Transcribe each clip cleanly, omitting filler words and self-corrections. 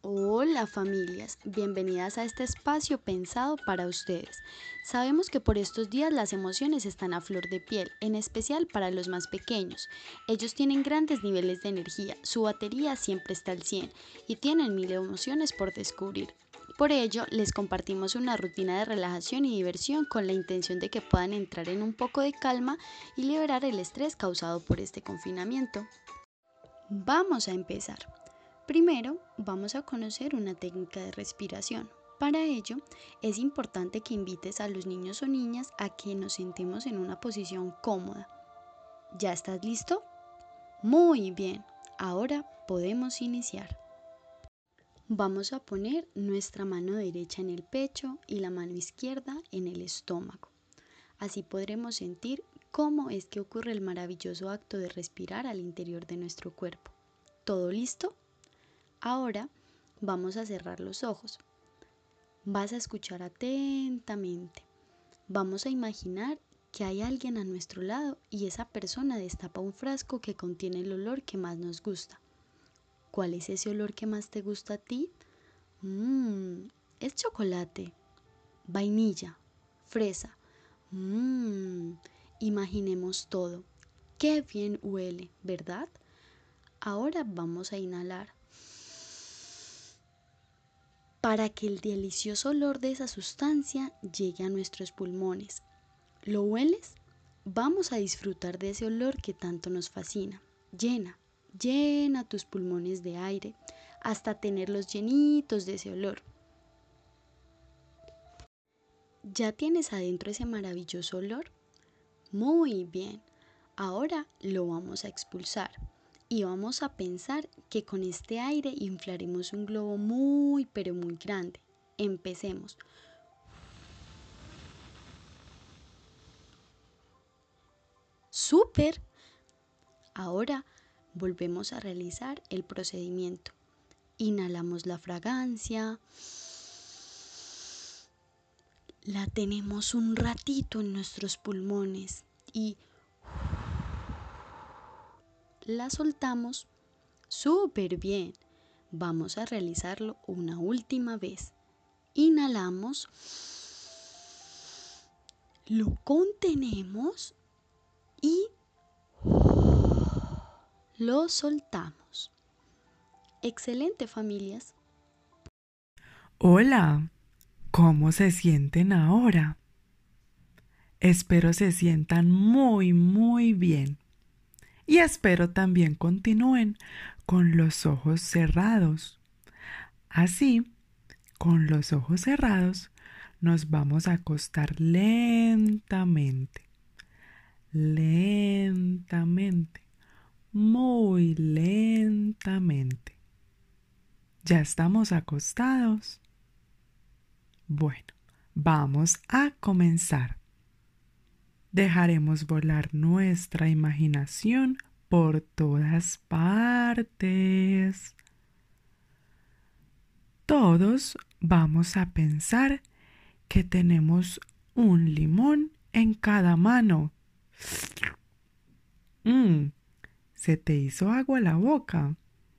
Hola familias, bienvenidas a este espacio pensado para ustedes. Sabemos que por estos días las emociones están a flor de piel, en especial para los más pequeños. Ellos tienen grandes niveles de energía, su batería siempre está al 100 y tienen mil emociones por descubrir. Por ello, les compartimos una rutina de relajación y diversión con la intención de que puedan entrar en un poco de calma y liberar el estrés causado por este confinamiento. Vamos a empezar. Primero, vamos a conocer una técnica de respiración. Para ello, es importante que invites a los niños o niñas a que nos sentemos en una posición cómoda. ¿Ya estás listo? Muy bien, ahora podemos iniciar. Vamos a poner nuestra mano derecha en el pecho y la mano izquierda en el estómago. Así podremos sentir cómo es que ocurre el maravilloso acto de respirar al interior de nuestro cuerpo. ¿Todo listo? Ahora vamos a cerrar los ojos. Vas a escuchar atentamente. Vamos a imaginar que hay alguien a nuestro lado y esa persona destapa un frasco que contiene el olor que más nos gusta. ¿Cuál es ese olor que más te gusta a ti? Es chocolate, vainilla, fresa. Imaginemos todo. Qué bien huele, ¿verdad? Ahora vamos a inhalar. Para que el delicioso olor de esa sustancia llegue a nuestros pulmones. ¿Lo hueles? Vamos a disfrutar de ese olor que tanto nos fascina. Llena tus pulmones de aire hasta tenerlos llenitos de ese olor. ¿Ya tienes adentro ese maravilloso olor? Muy bien, ahora lo vamos a expulsar. Y vamos a pensar que con este aire inflaremos un globo muy pero muy grande. Empecemos. ¡Súper! Ahora volvemos a realizar el procedimiento. Inhalamos la fragancia. La tenemos un ratito en nuestros pulmones y la soltamos. ¡Súper bien! Vamos a realizarlo una última vez. Inhalamos, lo contenemos y lo soltamos. Excelente, familias. Hola, ¿cómo se sienten ahora? Espero se sientan muy bien. Y espero también continúen con los ojos cerrados. Así, con los ojos cerrados, nos vamos a acostar lentamente, muy lentamente. ¿Ya estamos acostados? Bueno, vamos a comenzar. Dejaremos volar nuestra imaginación por todas partes. Todos vamos a pensar que tenemos un limón en cada mano. ¿Se te hizo agua la boca?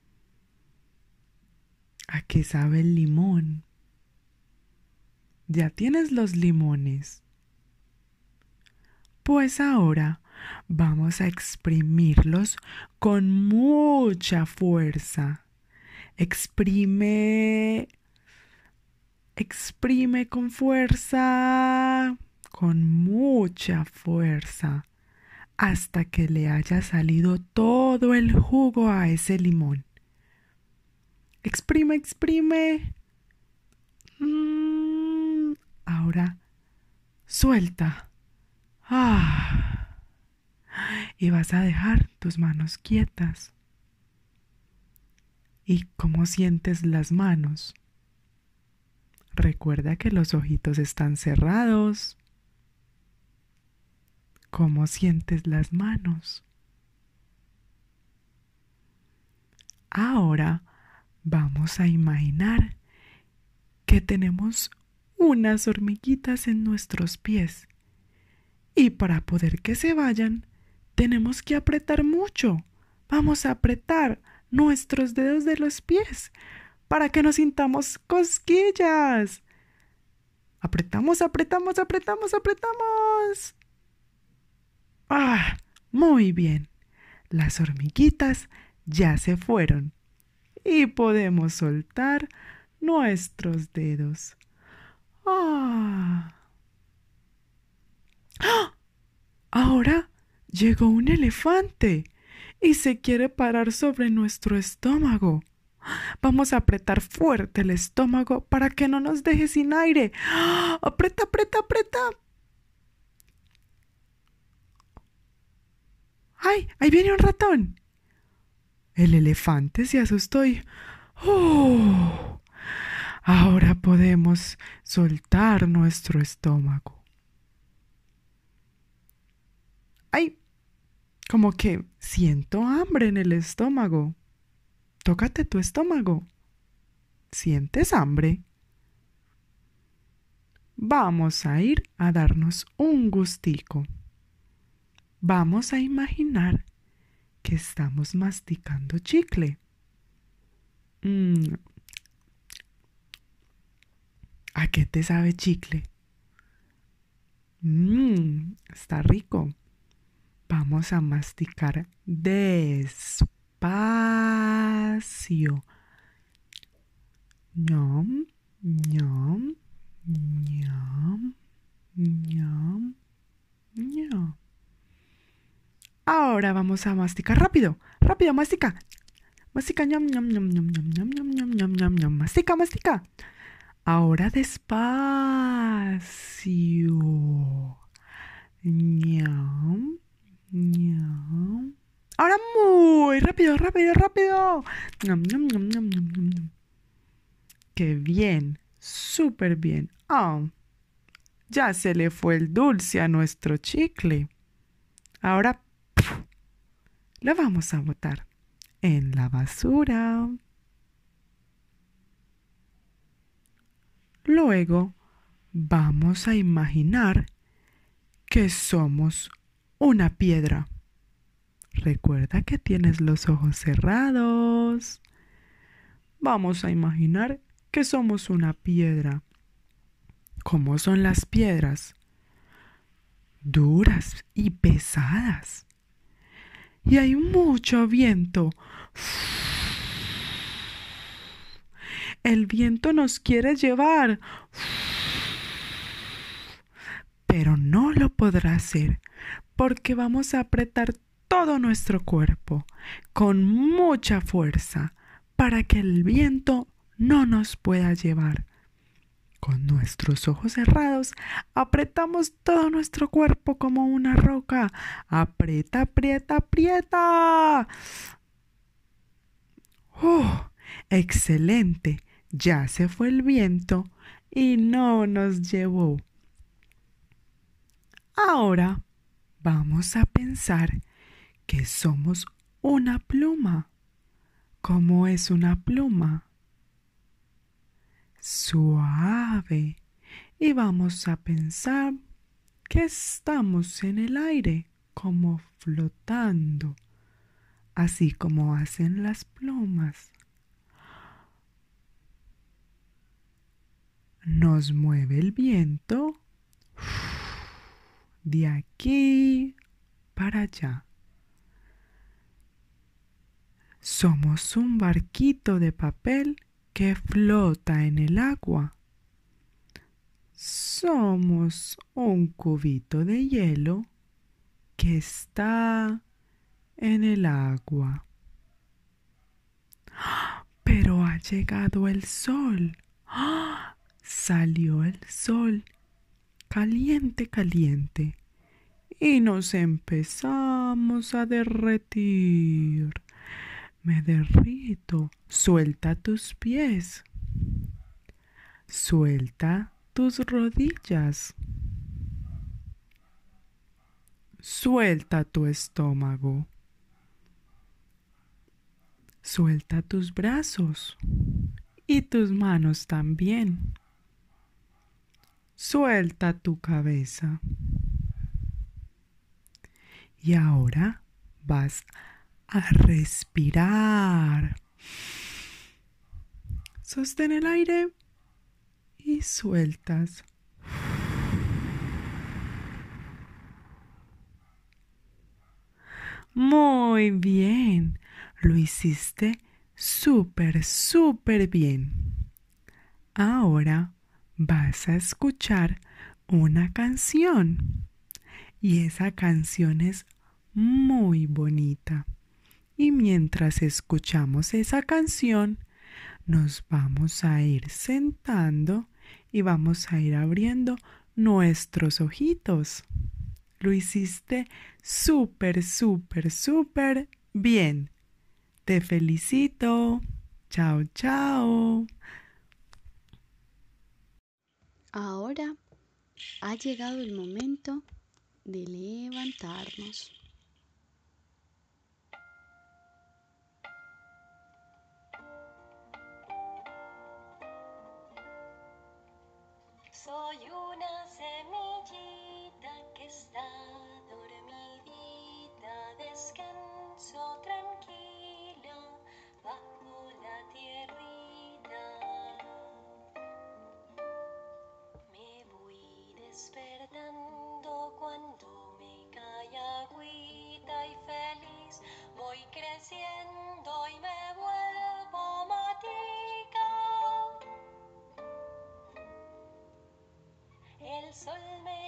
¿A qué sabe el limón? ¿Ya tienes los limones? Pues ahora vamos a exprimirlos con mucha fuerza. Exprime con fuerza, con mucha fuerza, hasta que le haya salido todo el jugo a ese limón. Exprime. Ahora suelta. Y vas a dejar tus manos quietas. ¿Y cómo sientes las manos? Recuerda que los ojitos están cerrados. ¿Cómo sientes las manos? Ahora vamos a imaginar que tenemos unas hormiguitas en nuestros pies. Y para poder que se vayan, tenemos que apretar mucho. Vamos a apretar nuestros dedos de los pies para que nos sintamos cosquillas. Apretamos, apretamos, apretamos, apretamos. ¡Ah! Muy bien. Las hormiguitas ya se fueron y podemos soltar nuestros dedos. ¡Ah! ¡Ah! Ahora llegó un elefante y se quiere parar sobre nuestro estómago. Vamos a apretar fuerte el estómago para que no nos deje sin aire. ¡Ah! Aprieta, aprieta, aprieta. ¡Ay! Ahí viene un ratón. El elefante se asustó y... ¡Oh! Ahora podemos soltar nuestro estómago. ¡Ay! Como que siento hambre en el estómago. Tócate tu estómago. ¿Sientes hambre? Vamos a ir a darnos un gustico. Vamos a imaginar que estamos masticando chicle. ¿A qué te sabe chicle? Está rico. Vamos a masticar despacio. Ñam, ñam, ñam, ñam, ñam. Ahora vamos a masticar rápido. Rápido, mastica. Mastica, ñam, ñam, ñam, ñam, ñam, ñam, ñam, ñam, ñam, ñam, ñam. Mastica, mastica. Ahora despacio. Ñam, ñam. Ahora muy rápido, rápido, rápido. Ñam, ñam, ñam, ñam, ñam, ñam, ñam. ¡Qué bien! ¡Súper bien! ¡Oh! Ya se le fue el dulce a nuestro chicle. Ahora lo vamos a botar en la basura. Luego vamos a imaginar que somos una piedra. Recuerda que tienes los ojos cerrados. Vamos a imaginar que somos una piedra. ¿Cómo son las piedras? Duras y pesadas. Y hay mucho viento. El viento nos quiere llevar, pero no lo podrá hacer porque vamos a apretar todo nuestro cuerpo con mucha fuerza para que el viento no nos pueda llevar. Con nuestros ojos cerrados, apretamos todo nuestro cuerpo como una roca. ¡Aprieta, aprieta, aprieta! ¡Oh! ¡Excelente! Ya se fue el viento y no nos llevó. Ahora vamos a pensar que somos una pluma. ¿Cómo es una pluma? Suave. Y vamos a pensar que estamos en el aire, como flotando, así como hacen las plumas. Nos mueve el viento de aquí para allá. Somos un barquito de papel que flota en el agua. Somos un cubito de hielo que está en el agua. Pero ha llegado el sol. Salió el sol, caliente, caliente, y nos empezamos a derretir. Me derrito. Suelta tus pies. Suelta tus rodillas. Suelta tu estómago. Suelta tus brazos y tus manos también. Suelta tu cabeza. Y ahora vas a respirar. Sostén el aire y sueltas. Muy bien, lo hiciste súper, súper bien. Ahora vas a escuchar una canción y esa canción es muy bonita. Y mientras escuchamos esa canción, nos vamos a ir sentando y vamos a ir abriendo nuestros ojitos. Lo hiciste súper, súper, súper bien. Te felicito. Chao, chao. Ahora ha llegado el momento de levantarnos. Soy una semillita que está dormidita, descanso tranquila bajo la tierrita. Me voy despertando cuando me cae agüita y feliz voy creciendo y me vuelvo matica. El sol me